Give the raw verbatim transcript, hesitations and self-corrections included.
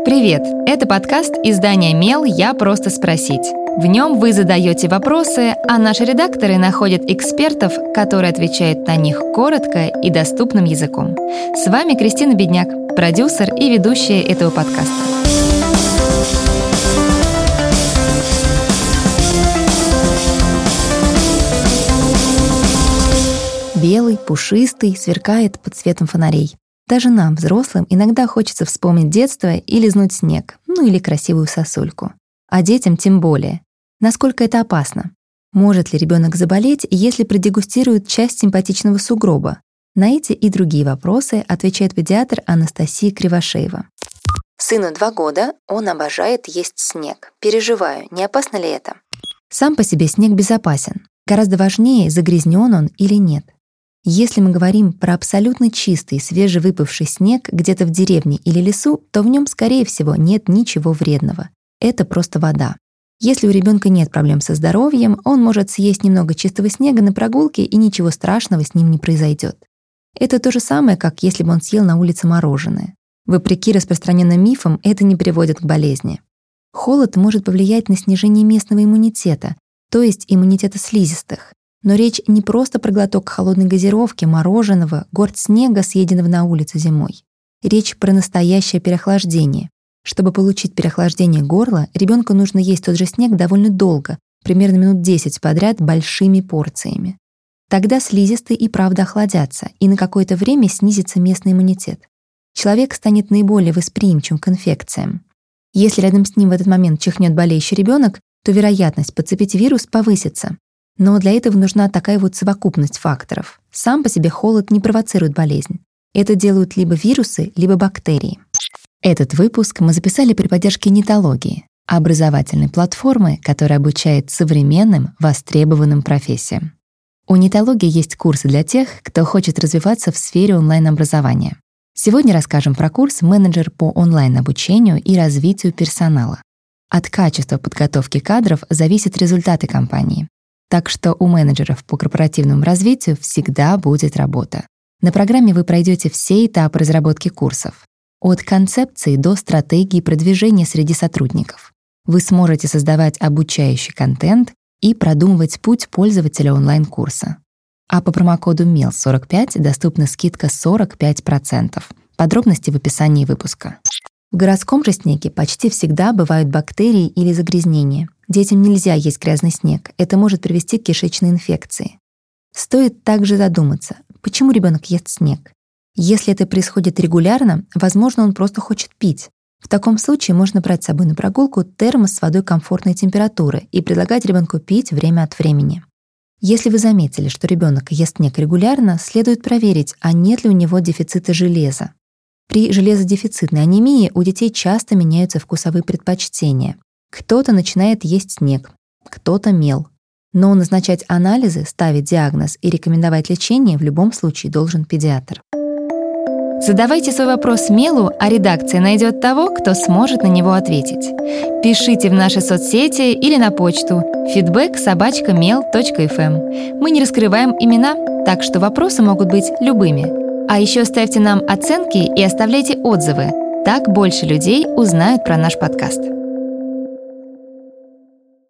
Привет! Это подкаст издания «Мел. Я просто спросить». В нем вы задаете вопросы, а наши редакторы находят экспертов, которые отвечают на них коротко и доступным языком. С вами Кристина Бедняк, продюсер и ведущая этого подкаста. Белый, пушистый, сверкает под светом фонарей. Даже нам, взрослым, иногда хочется вспомнить детство и лизнуть снег, ну или красивую сосульку. А детям тем более. Насколько это опасно? Может ли ребенок заболеть, если продегустирует часть симпатичного сугроба? На эти и другие вопросы отвечает педиатр Анастасия Кривошеева. Сыну два года, он обожает есть снег. Переживаю, не опасно ли это? Сам по себе снег безопасен. Гораздо важнее, загрязнен он или нет. Если мы говорим про абсолютно чистый, свежевыпавший снег где-то в деревне или лесу, то в нем, скорее всего, нет ничего вредного. Это просто вода. Если у ребенка нет проблем со здоровьем, он может съесть немного чистого снега на прогулке, и ничего страшного с ним не произойдет. Это то же самое, как если бы он съел на улице мороженое. Вопреки распространенным мифам, это не приводит к болезни. Холод может повлиять на снижение местного иммунитета, то есть иммунитета слизистых. Но речь не просто про глоток холодной газировки, мороженого, горсть снега, съеденного на улице зимой. Речь про настоящее переохлаждение. Чтобы получить переохлаждение горла, ребенку нужно есть тот же снег довольно долго, примерно минут десять подряд большими порциями. Тогда слизистые и правда охладятся, и на какое-то время снизится местный иммунитет. Человек станет наиболее восприимчивым к инфекциям. Если рядом с ним в этот момент чихнет болеющий ребенок, то вероятность подцепить вирус повысится. Но для этого нужна такая вот совокупность факторов. Сам по себе холод не провоцирует болезнь. Это делают либо вирусы, либо бактерии. Этот выпуск мы записали при поддержке Нитологии, образовательной платформы, которая обучает современным, востребованным профессиям. У Нитологии есть курсы для тех, кто хочет развиваться в сфере онлайн-образования. Сегодня расскажем про курс «Менеджер по онлайн-обучению и развитию персонала». От качества подготовки кадров зависят результаты компании. Так что у менеджеров по корпоративному развитию всегда будет работа. На программе вы пройдете все этапы разработки курсов. От концепции до стратегии продвижения среди сотрудников. Вы сможете создавать обучающий контент и продумывать путь пользователя онлайн-курса. А по промокоду мел сорок пять доступна скидка сорок пять процентов. Подробности в описании выпуска. В городском же снеге почти всегда бывают бактерии или загрязнения. Детям нельзя есть грязный снег, это может привести к кишечной инфекции. Стоит также задуматься, почему ребенок ест снег. Если это происходит регулярно, возможно, он просто хочет пить. В таком случае можно брать с собой на прогулку термос с водой комфортной температуры и предлагать ребенку пить время от времени. Если вы заметили, что ребенок ест снег регулярно, следует проверить, а нет ли у него дефицита железа. При железодефицитной анемии у детей часто меняются вкусовые предпочтения. Кто-то начинает есть снег, кто-то мел. Но назначать анализы, ставить диагноз и рекомендовать лечение в любом случае должен педиатр. Задавайте свой вопрос Мелу, а редакция найдет того, кто сможет на него ответить. Пишите в наши соцсети или на почту feedback собака мел точка эф эм. Мы не раскрываем имена, так что вопросы могут быть любыми. А еще ставьте нам оценки и оставляйте отзывы. Так больше людей узнают про наш подкаст.